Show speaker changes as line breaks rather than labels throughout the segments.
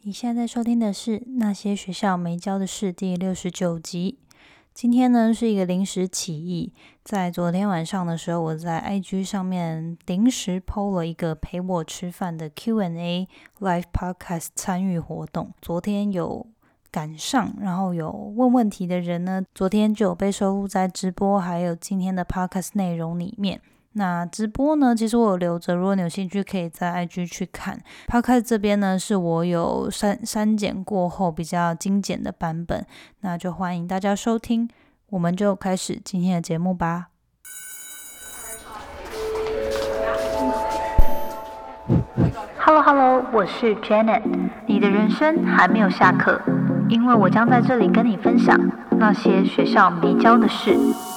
你现在收听的是《那些学校没教的事》第69集。今天呢是一个临时起意，在昨天晚上的时候，我在 IG 上面临时 PO 了一个陪我吃饭的 Q&A Live Podcast 参与活动。昨天有赶上，然后有问问题的人呢，昨天就有被收录在直播还有今天的 Podcast 内容里面。那直播呢，其实我有留着，如果你有兴趣可以在 IG 去看。Podcast 这边呢是我有删减过后比较精简的版本，那就欢迎大家收听。我们就开始今天的节目吧。Hello， 我是 Janet。你的人生还没有下课，因为我将在这里跟你分享那些学校没教的事。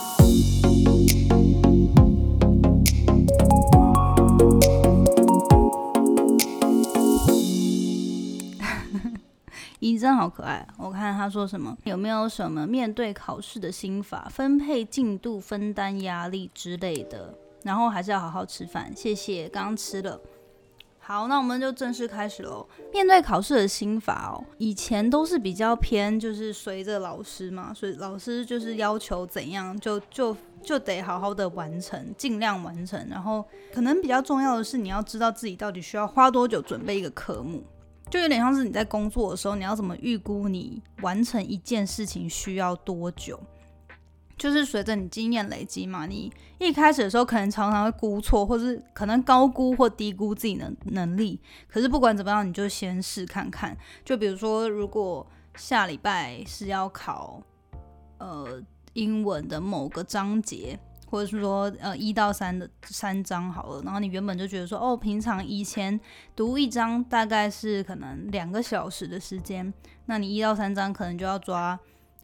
怡珍好可爱，我看他说什么，有没有什么面对考试的心法，分配进度、分担压力之类的，然后还是要好好吃饭，谢谢，刚刚吃了。好，那我们就正式开始咯。面对考试的心法以前都是比较偏就是随着老师嘛，所以老师就是要求怎样就得好好的完成，尽量完成，然后可能比较重要的是你要知道自己到底需要花多久准备一个科目。就有点像是你在工作的时候，你要怎么预估你完成一件事情需要多久，就是随着你经验累积嘛，你一开始的时候可能常常会估错，或是可能高估或低估自己的能力，可是不管怎么样你就先试看看。就比如说如果下礼拜是要考英文的某个章节，或者是说1到3的3章好了，然后你原本就觉得说平常以前读一章大概是可能2个小时的时间，那你1到3章可能就要抓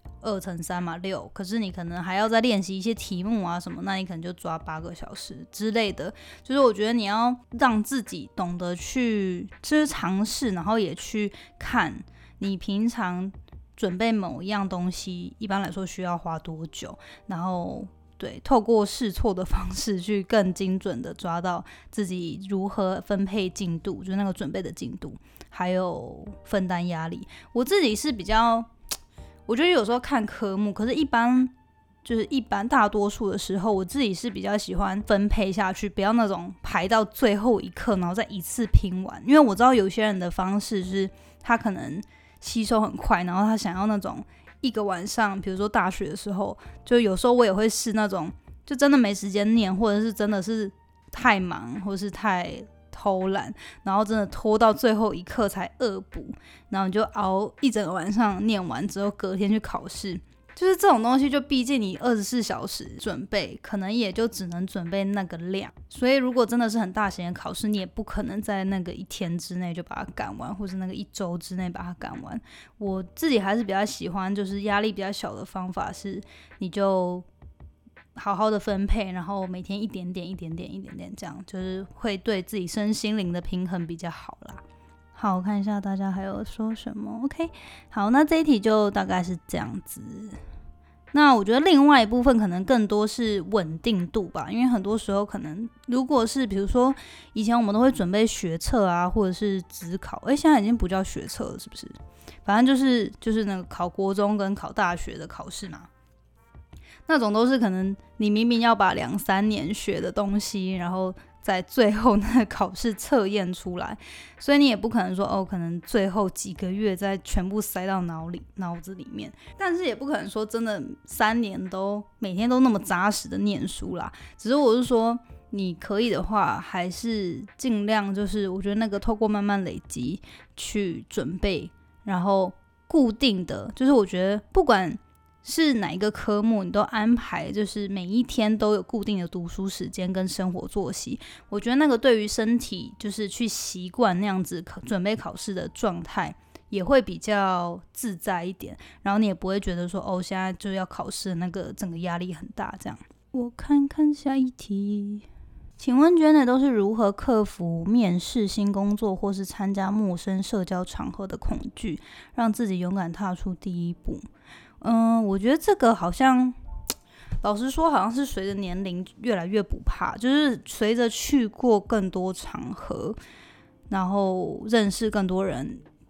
2乘3嘛6，可是你可能还要再练习一些题目啊什么，那你可能就抓8个小时之类的。就是我觉得你要让自己懂得去就是尝试，然后也去看你平常准备某一样东西一般来说需要花多久，然后对，透过试错的方式去更精准的抓到自己如何分配进度，就是那个准备的进度，还有分担压力。我自己是比较，我觉得有时候看科目，可是一般大多数的时候，我自己是比较喜欢分配下去，不要那种排到最后一刻，然后再一次拼完。因为我知道有些人的方式是他可能吸收很快，然后他想要那种一个晚上，比如说大学的时候，就有时候我也会试那种就真的没时间念，或者是真的是太忙或者是太偷懒，然后真的拖到最后一刻才恶补，然后你就熬一整个晚上念完之后隔天去考试。就是这种东西，就毕竟你24小时准备，可能也就只能准备那个量，所以如果真的是很大型的考试，你也不可能在那个1天之内就把它赶完，或是那个1周之内把它赶完。我自己还是比较喜欢就是压力比较小的方法，是你就好好的分配，然后每天一点点这样，就是会对自己身心灵的平衡比较好啦。好，我看一下大家还有说什么。 OK， 好，那这一题就大概是这样子。那我觉得另外一部分可能更多是稳定度吧，因为很多时候可能如果是比如说以前我们都会准备学测啊，或者是指考，现在已经不叫学测了是不是？反正就是那个考国中跟考大学的考试嘛，那种都是可能你明明要把2-3年学的东西，然后在最后那个考试测验出来，所以你也不可能说可能最后几个月再全部塞到脑子里面，但是也不可能说真的3年都每天都那么扎实的念书啦。只是我是说你可以的话，还是尽量就是我觉得那个透过慢慢累积去准备，然后固定的就是我觉得不管是哪一个科目，你都安排就是每一天都有固定的读书时间跟生活作息，我觉得那个对于身体就是去习惯那样子准备考试的状态也会比较自在一点，然后你也不会觉得说现在就要考试的那个整个压力很大这样。我看看下一题，请问 Janet 都是如何克服面试新工作或是参加陌生社交场合的恐惧，让自己勇敢踏出第一步？我觉得这个好像老实说好像是随着年龄越来越不怕，就是随着去过更多场合，然后认识更多人，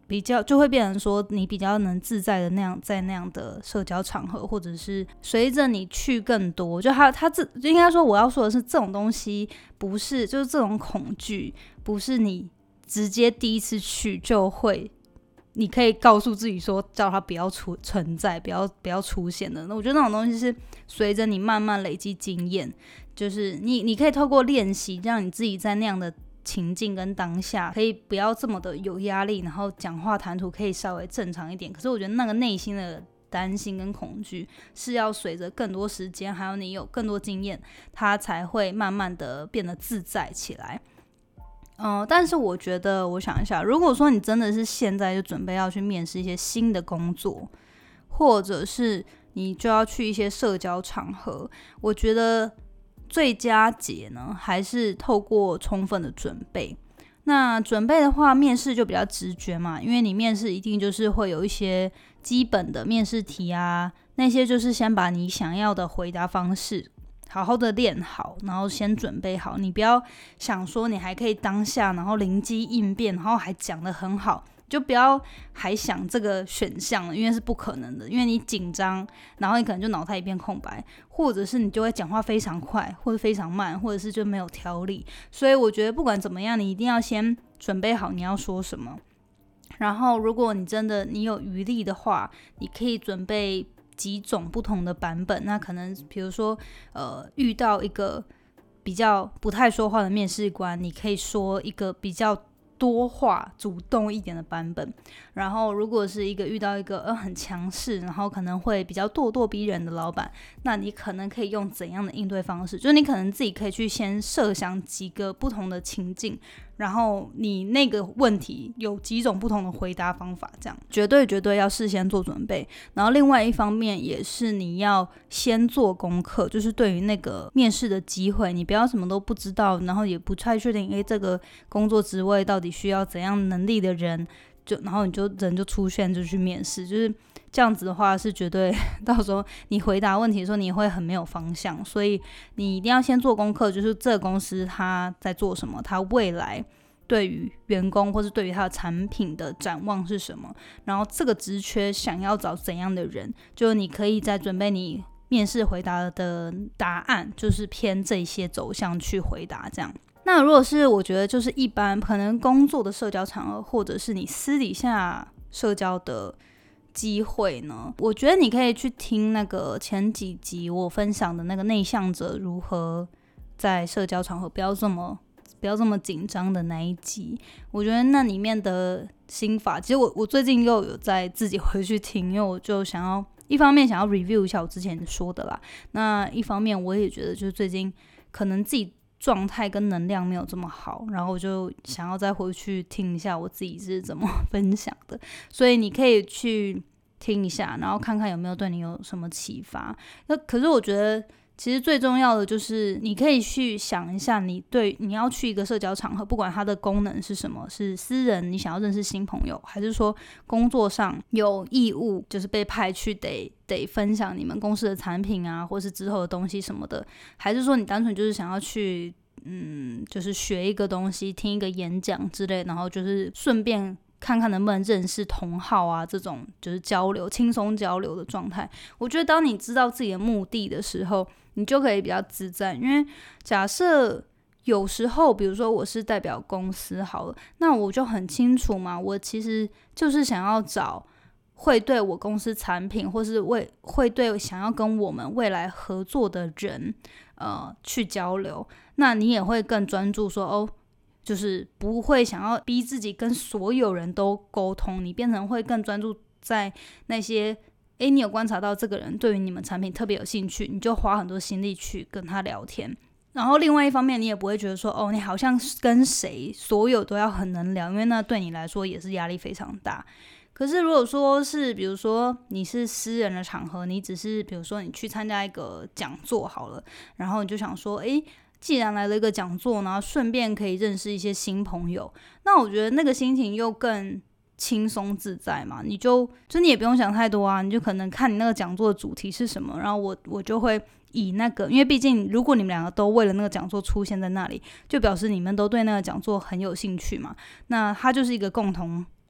比较就会变成说你比较能自在的在那样的社交场合，或者是随着你去更多，就应该说我要说的是，这种东西不是就是这种恐惧，不是你直接第一次去就会。你可以告诉自己说，叫它不要存在，不要出现的。那我觉得那种东西是随着你慢慢累积经验，就是你可以透过练习，让你自己在那样的情境跟当下，可以不要这么的有压力，然后讲话谈吐可以稍微正常一点。可是我觉得那个内心的担心跟恐惧，是要随着更多时间，还有你有更多经验，它才会慢慢的变得自在起来。但是我觉得，我想一下，如果说你真的是现在就准备要去面试一些新的工作，或者是你就要去一些社交场合，我觉得最佳解呢，还是透过充分的准备。那准备的话，面试就比较直觉嘛，因为你面试一定就是会有一些基本的面试题啊，那些就是先把你想要的回答方式好好的练好，然后先准备好，你不要想说你还可以当下，然后灵机应变，然后还讲得很好，就不要还想这个选项了，因为是不可能的，因为你紧张，然后你可能就脑袋一片空白，或者是你就会讲话非常快，或者非常慢，或者是就没有条理。所以我觉得不管怎么样，你一定要先准备好你要说什么，然后如果你真的你有余力的话，你可以准备几种不同的版本。那可能比如说遇到一个比较不太说话的面试官，你可以说一个比较多话主动一点的版本。然后如果是遇到一个很强势，然后可能会比较咄咄逼人的老板，那你可能可以用怎样的应对方式，就是你可能自己可以去先设想几个不同的情境，然后你那个问题有几种不同的回答方法，这样绝对要事先做准备。然后另外一方面也是你要先做功课，就是对于那个面试的机会，你不要什么都不知道，然后也不太确定这个工作职位到底需要怎样能力的人，然后人就出现就去面试，就是这样子的话是绝对到时候你回答问题的时候你会很没有方向。所以你一定要先做功课，就是这个公司他在做什么，他未来对于员工或是对于他的产品的展望是什么，然后这个职缺想要找怎样的人，就你可以在准备你面试回答的答案，就是偏这些走向去回答这样。那如果是我觉得就是一般可能工作的社交场合，或者是你私底下社交的机会呢，我觉得你可以去听那个前几集我分享的那个内向者如何在社交场合不要这么紧张的那一集。我觉得那里面的心法，其实我最近又有在自己回去听，因为我就想要一方面想要 review 一下我之前说的啦，那一方面我也觉得就是最近可能自己状态跟能量没有这么好，然后我就想要再回去听一下我自己是怎么分享的，所以你可以去听一下，然后看看有没有对你有什么启发。那可是我觉得其实最重要的就是你可以去想一下，你要去一个社交场合，不管它的功能是什么，是私人你想要认识新朋友，还是说工作上有义务就是被派去得分享你们公司的产品啊，或是之后的东西什么的，还是说你单纯就是想要去就是学一个东西，听一个演讲之类，然后就是顺便看看能不能认识同好啊，这种就是轻松交流的状态。我觉得当你知道自己的目的的时候，你就可以比较自在。因为假设有时候比如说我是代表公司好了，那我就很清楚嘛，我其实就是想要找会对我公司产品或是会对想要跟我们未来合作的人去交流。那你也会更专注说就是不会想要逼自己跟所有人都沟通，你变成会更专注在那些你有观察到这个人对于你们产品特别有兴趣，你就花很多心力去跟他聊天。然后另外一方面你也不会觉得说你好像跟谁所有都要很能聊，因为那对你来说也是压力非常大。可是如果说是比如说你是私人的场合，你只是比如说你去参加一个讲座好了，然后你就想说既然来了一个讲座，然后顺便可以认识一些新朋友，那我觉得那个心情又更轻松自在嘛。你你也不用想太多啊，你就可能看你那个讲座的主题是什么，然后我就会以那个，因为毕竟如果你们两个都为了那个讲座出现在那里，就表示你们都对那个讲座很有兴趣嘛，那它就是一个共同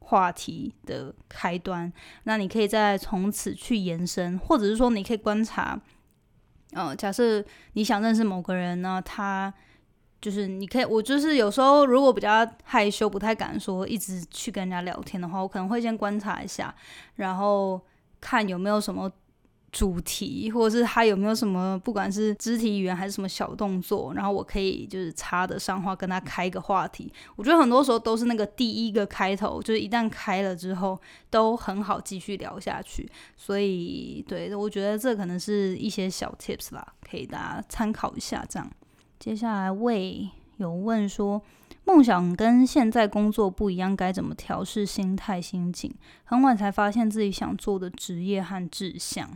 话题的开端，那你可以再从此去延伸，或者是说你可以观察，假设你想认识某个人呢，他就是你可以，我就是有时候如果比较害羞，不太敢说一直去跟人家聊天的话，我可能会先观察一下，然后看有没有什么主题，或者是他有没有什么不管是肢体语言还是什么小动作，然后我可以就是插得上话，跟他开一个话题。我觉得很多时候都是那个第一个开头，就是一旦开了之后都很好继续聊下去。所以对，我觉得这可能是一些小 tips 啦，可以大家参考一下这样。接下来魏有问说，梦想跟现在工作不一样，该怎么调试心态心情？很晚才发现自己想做的职业和志向。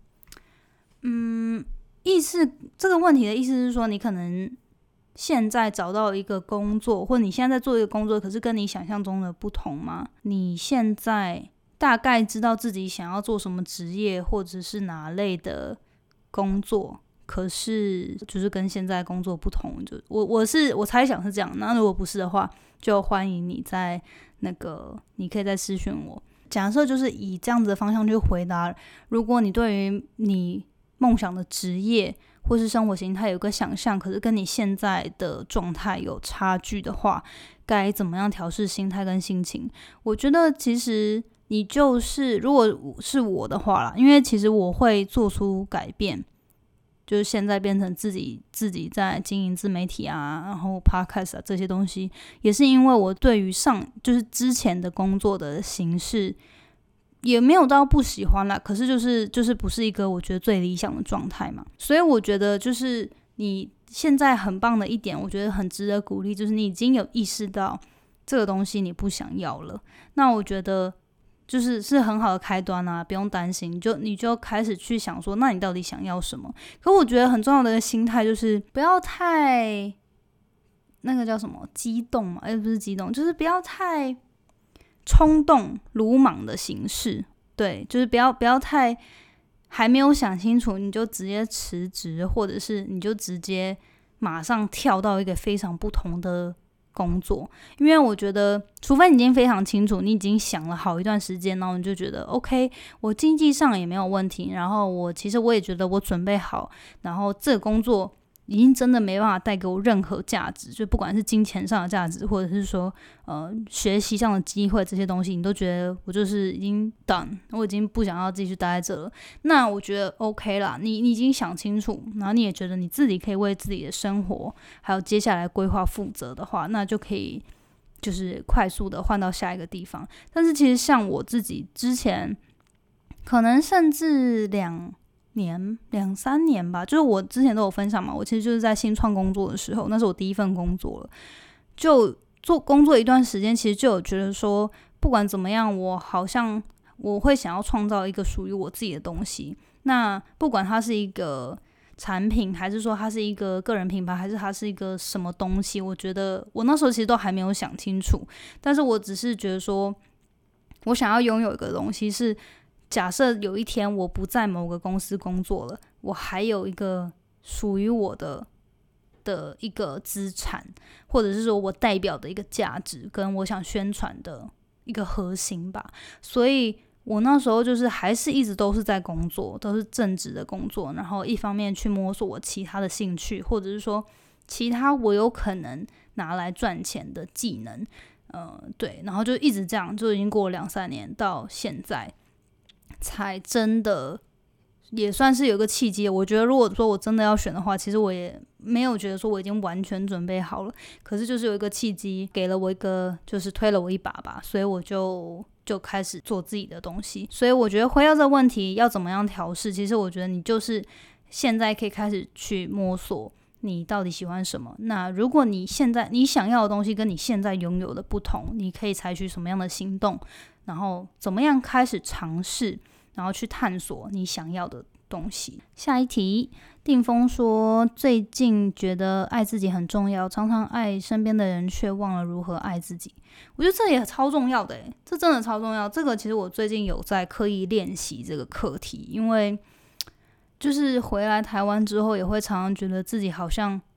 这个问题的意思是说，你可能现在找到一个工作，或者你现在在做一个工作，可是跟你想象中的不同吗？你现在大概知道自己想要做什么职业，或者是哪类的工作，可是就是跟现在工作不同，就我猜想是这样。那如果不是的话，就欢迎你在你可以再私讯我。假设就是以这样子的方向去回答，如果你对于你梦想的职业或是生活形态有个想象，可是跟你现在的状态有差距的话，该怎么样调试心态跟心情？我觉得其实你就是如果是我的话啦，因为其实我会做出改变，就是现在变成自己在经营自媒体啊，然后 podcast 啊这些东西，也是因为我对于就是之前的工作的形式也没有到不喜欢啦，可是就是不是一个我觉得最理想的状态嘛。所以我觉得就是你现在很棒的一点，我觉得很值得鼓励，就是你已经有意识到这个东西你不想要了，那我觉得是很好的开端啊，不用担心，你就开始去想说，那你到底想要什么？可我觉得很重要的一个心态就是不要太那个叫什么激动嘛，不是激动，就是不要太冲动鲁莽的形式。对，就是不要太还没有想清楚你就直接辞职，或者是你就直接马上跳到一个非常不同的工作。因为我觉得除非你已经非常清楚，你已经想了好一段时间，然后你就觉得 OK， 我经济上也没有问题，然后其实我也觉得我准备好，然后这个工作已经真的没办法带给我任何价值，就不管是金钱上的价值，或者是说学习上的机会，这些东西你都觉得我就是已经 done， 我已经不想要继续待在这了。那我觉得 OK 啦，你已经想清楚，然后你也觉得你自己可以为自己的生活还有接下来规划负责的话，那就可以就是快速的换到下一个地方。但是其实像我自己之前可能甚至两三年吧，就是我之前都有分享嘛，我其实就是在新创工作的时候，那是我第一份工作了，就做工作一段时间，其实就有觉得说不管怎么样，我好像我会想要创造一个属于我自己的东西。那不管它是一个产品，还是说它是一个个人品牌，还是它是一个什么东西，我觉得我那时候其实都还没有想清楚，但是我只是觉得说我想要拥有一个东西，是假设有一天我不在某个公司工作了，我还有一个属于我的一个资产，或者是说我代表的一个价值，跟我想宣传的一个核心吧。所以我那时候就是还是一直都是在工作，都是正职的工作，然后一方面去摸索我其他的兴趣，或者是说其他我有可能拿来赚钱的技能，对，然后就一直这样，就已经过了2-3年，到现在才真的也算是有个契机。我觉得如果说我真的要选的话，其实我也没有觉得说我已经完全准备好了，可是就是有一个契机给了我一个，就是推了我一把吧，所以我就开始做自己的东西。所以我觉得回到这个问题要怎么样调试，其实我觉得你就是现在可以开始去摸索你到底喜欢什么。那如果你现在你想要的东西跟你现在拥有的不同，你可以采取什么样的行动，然后怎么样开始尝试，然后去探索你想要的东西。下一题，定峰说最近觉得爱自己很重要，常常爱身边的人却忘了如何爱自己。我觉得这也超重要的耶，这真的超重要。这个其实我最近有在刻意练习这个课题，因为就是回来台湾之后也会常常觉得自己好像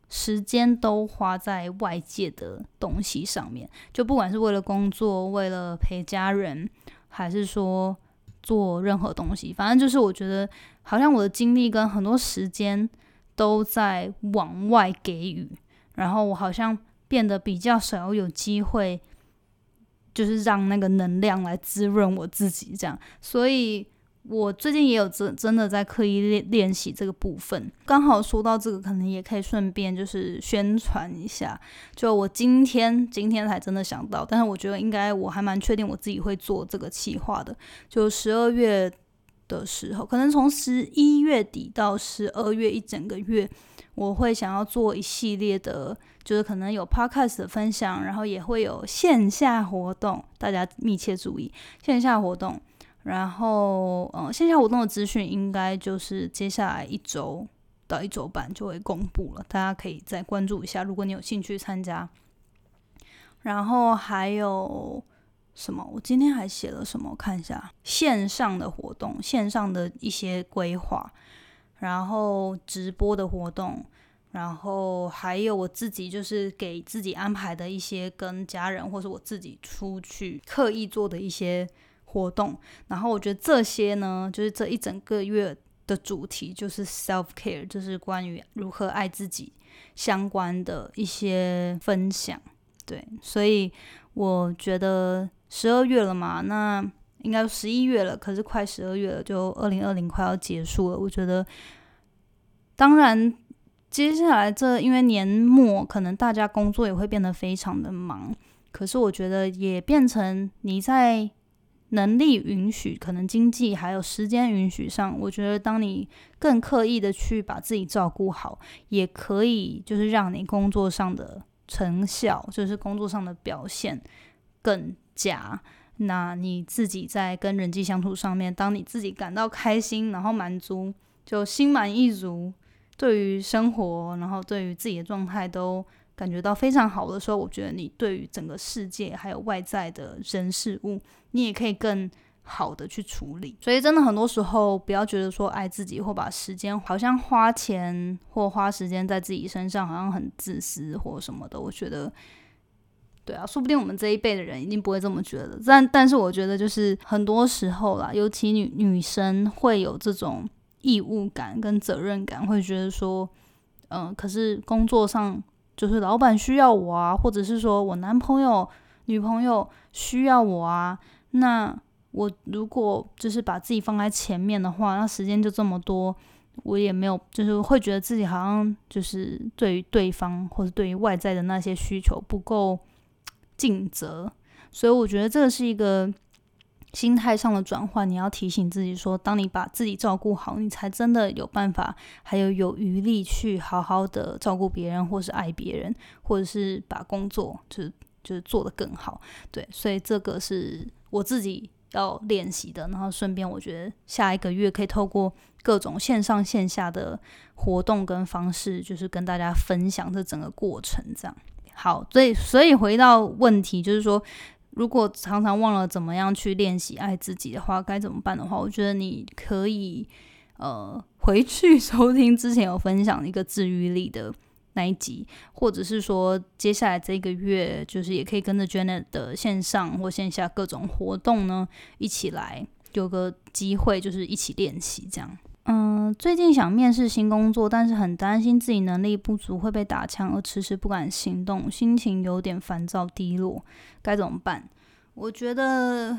时间都花在外界的东西上面，就不管是为了工作，为了陪家人，还是说做任何东西，反正就是我觉得好像我的精力跟很多时间都在往外给予，然后我好像变得比较少有机会就是让那个能量来滋润我自己这样，所以我最近也有真的在刻意练习这个部分。刚好说到这个，可能也可以顺便就是宣传一下，就我今天才真的想到，但是我觉得应该我还蛮确定我自己会做这个企划的，就12月的时候，可能从11月底到12月一整个月，我会想要做一系列的，就是可能有 podcast 的分享，然后也会有线下活动，大家密切注意线下活动。然后线下活动的资讯应该就是接下来1周到1周半就会公布了，大家可以再关注一下，如果你有兴趣参加。然后还有什么？我今天还写了什么？我看一下线上的活动，线上的一些规划，然后直播的活动，然后还有我自己就是给自己安排的一些跟家人或是我自己出去刻意做的一些活动。然后我觉得这些呢，就是这一整个月的主题就是 self care， 就是关于如何爱自己相关的一些分享。对，所以我觉得12月了嘛，那应该11月了，可是快12月了，就2020快要结束了。我觉得当然接下来因为年末可能大家工作也会变得非常的忙，可是我觉得也变成你在能力允许，可能经济还有时间允许上，我觉得当你更刻意的去把自己照顾好，也可以就是让你工作上的成效，就是工作上的表现更佳。那你自己在跟人际相处上面，当你自己感到开心，然后满足，就心满意足，对于生活，然后对于自己的状态都感觉到非常好的时候，我觉得你对于整个世界还有外在的人事物，你也可以更好的去处理。所以真的很多时候不要觉得说爱自己或把时间好像花钱或花时间在自己身上好像很自私或什么的，我觉得对啊，说不定我们这一辈的人一定不会这么觉得，但是我觉得就是很多时候啦，尤其女生会有这种义务感跟责任感，会觉得说可是工作上就是老板需要我啊，或者是说我男朋友女朋友需要我啊，那我如果就是把自己放在前面的话，那时间就这么多，我也没有就是会觉得自己好像就是对于对方或者对于外在的那些需求不够尽责。所以我觉得这个是一个心态上的转换，你要提醒自己说，当你把自己照顾好，你才真的有办法还有余力去好好的照顾别人，或是爱别人，或者是把工作就是做得更好。对，所以这个是我自己要练习的。然后顺便我觉得下一个月可以透过各种线上线下的活动跟方式，就是跟大家分享这整个过程这样。好，所以回到问题，就是说如果常常忘了怎么样去练习爱自己的话，该怎么办的话，我觉得你可以回去收听之前有分享一个治愈力的那一集，或者是说接下来这个月就是也可以跟着 Janet 的线上或线下各种活动呢一起来，有个机会就是一起练习这样。最近想面试新工作，但是很担心自己能力不足会被打枪，而迟迟不敢行动，心情有点烦躁低落，该怎么办？我觉得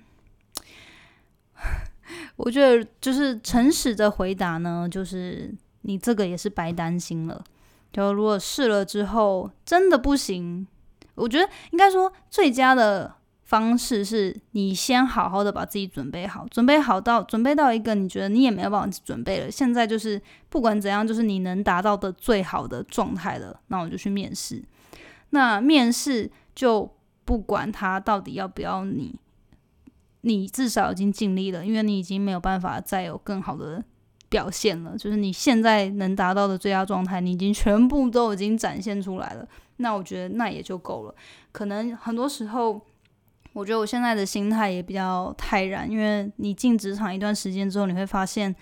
就是诚实的回答呢，就是你这个也是白担心了。就如果试了之后真的不行，我觉得应该说最佳的方式是你先好好的把自己准备好，准备到一个你觉得你也没有办法准备了，现在就是不管怎样就是你能达到的最好的状态了，那我就去面试。那面试就不管他到底要不要你至少已经尽力了，因为你已经没有办法再有更好的表现了，就是你现在能达到的最佳状态你已经全部都已经展现出来了，那我觉得那也就够了。可能很多时候我觉得我现在的心态也比较泰然，因为你进职场一段时间之后，你会发现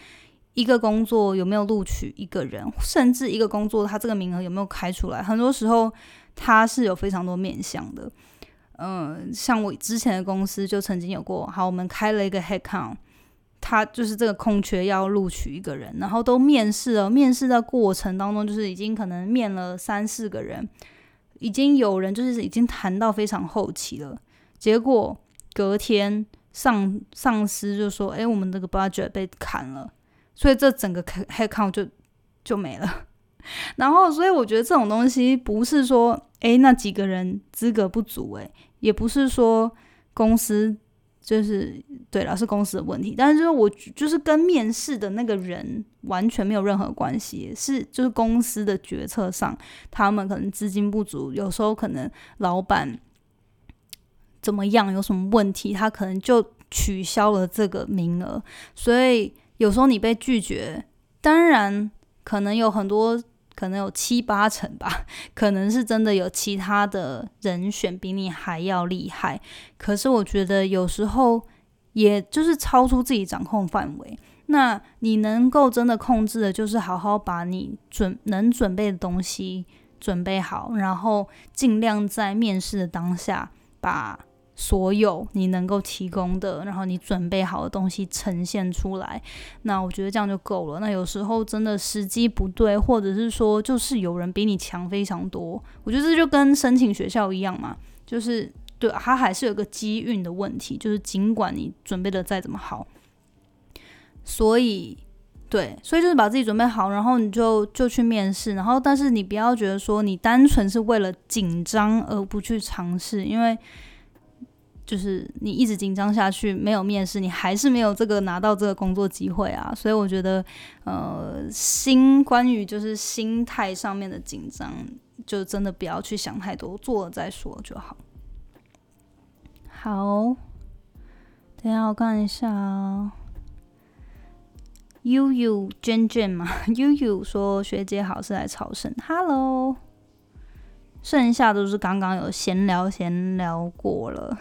一个工作有没有录取一个人，甚至一个工作它这个名额有没有开出来，很多时候它是有非常多面向的。像我之前的公司就曾经有过，好，我们开了一个 headcount， 他就是这个空缺要录取一个人，然后都面试了，面试的过程当中就是已经可能面了3-4个人，已经有人就是已经谈到非常后期了，结果隔天上司就说我们这个 budget 被砍了，所以这整个 headcount 就没了。然后所以我觉得这种东西不是说那几个人资格不足，也不是说公司就是对啦，是公司的问题，但是我就是跟面试的那个人完全没有任何关系，是就是公司的决策上他们可能资金不足，有时候可能老板怎么样有什么问题，他可能就取消了这个名额，所以有时候你被拒绝，当然可能有很多，可能有7-8成吧，可能是真的有其他的人选比你还要厉害，可是我觉得有时候也就是超出自己掌控范围，那你能够真的控制的就是好好把你能准备的东西准备好，然后尽量在面试的当下把所有你能够提供的，然后你准备好的东西呈现出来，那我觉得这样就够了。那有时候真的时机不对，或者是说就是有人比你强非常多，我觉得这就跟申请学校一样嘛，就是对，它还是有个机运的问题，就是尽管你准备的再怎么好，所以就是把自己准备好，然后你就去面试，然后但是你不要觉得说你单纯是为了紧张而不去尝试，因为就是你一直紧张下去，没有面试，你还是没有拿到这个工作机会啊。所以我觉得关于就是心态上面的紧张，就真的不要去想太多，做了再说就好。好，等一下我看一下悠悠娟嘛，悠悠说学姐好，是来朝圣 ，Hello。剩下都是刚刚有闲聊过了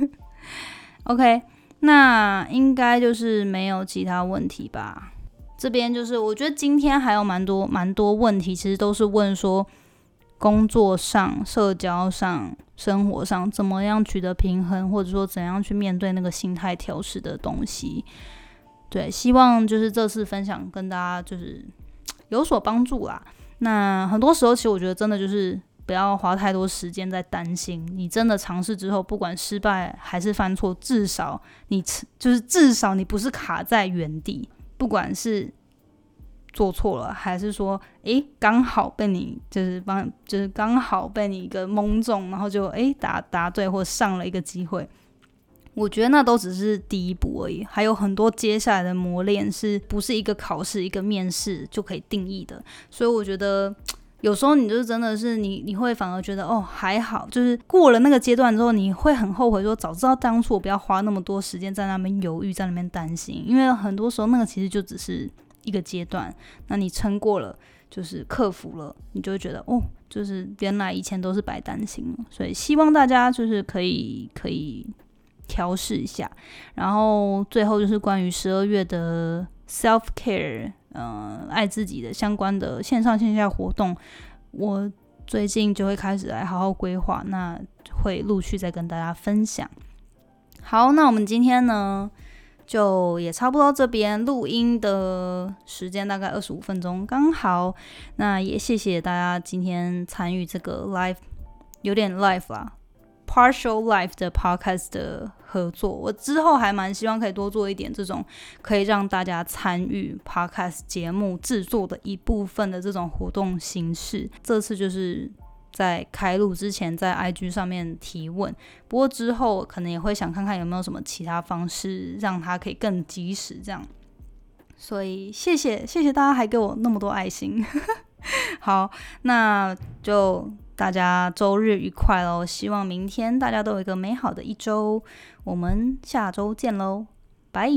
OK， 那应该就是没有其他问题吧。这边就是我觉得今天还有蛮多问题，其实都是问说工作上、社交上、生活上怎么样取得平衡，或者说怎样去面对那个心态调试的东西。对，希望就是这次分享跟大家就是有所帮助啦。那很多时候其实我觉得真的就是不要花太多时间在担心，你真的尝试之后，不管失败还是犯错，至少你不是卡在原地，不管是做错了，还是说刚好被你就是刚好被你一个蒙中，然后就答对或上了一个机会，我觉得那都只是第一步而已，还有很多接下来的磨练，是不是一个考试一个面试就可以定义的。所以我觉得有时候你就是真的是你会反而觉得还好，就是过了那个阶段之后，你会很后悔说早知道当初我不要花那么多时间在那边犹豫，在那边担心，因为很多时候那个其实就只是一个阶段，那你撑过了，就是克服了，你就会觉得就是原来以前都是白担心了。所以希望大家就是可以调试一下。然后最后就是关于12月的 self care爱自己的相关的线上线下活动，我最近就会开始来好好规划，那会陆续再跟大家分享。好，那我们今天呢就也差不多这边，录音的时间大概25分钟刚好，那也谢谢大家今天参与这个 live， 有点 live 啦，partial live 的 podcast 的合作，我之后还蛮希望可以多做一点这种可以让大家参与 podcast 节目制作的一部分的这种活动形式。这次就是在开录之前在 IG 上面提问，不过之后可能也会想看看有没有什么其他方式让它可以更及时这样。所以谢谢大家还给我那么多爱心好，那就大家周日愉快咯，希望明天大家都有一个美好的一周，我们下周见咯，拜。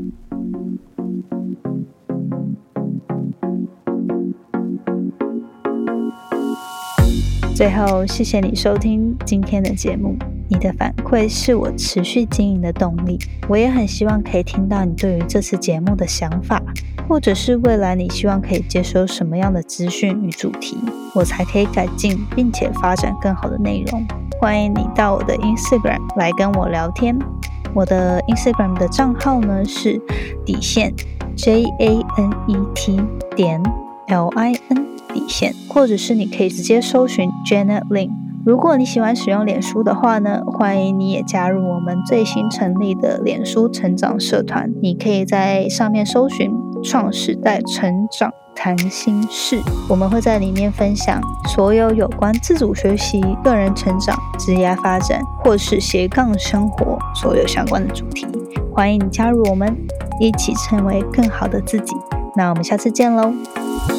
最后，谢谢你收听今天的节目，你的反馈是我持续经营的动力。我也很希望可以听到你对于这次节目的想法， 或者是未来你希望可以接收什么样的资讯与主题，我才可以改进并且发展更好的内容。欢迎你到我的 Instagram 来跟我聊天。我的 Instagram 的账号呢是JANET.LIN，或者是你可以直接搜寻 Janet Lin。如果你喜欢使用脸书的话呢，欢迎你也加入我们最新成立的脸书成长社团。你可以在上面搜寻创时代成长谈心事，我们会在里面分享所有有关自主学习、个人成长、职业发展或是斜杠生活所有相关的主题。欢迎你加入我们，一起成为更好的自己。那我们下次见喽。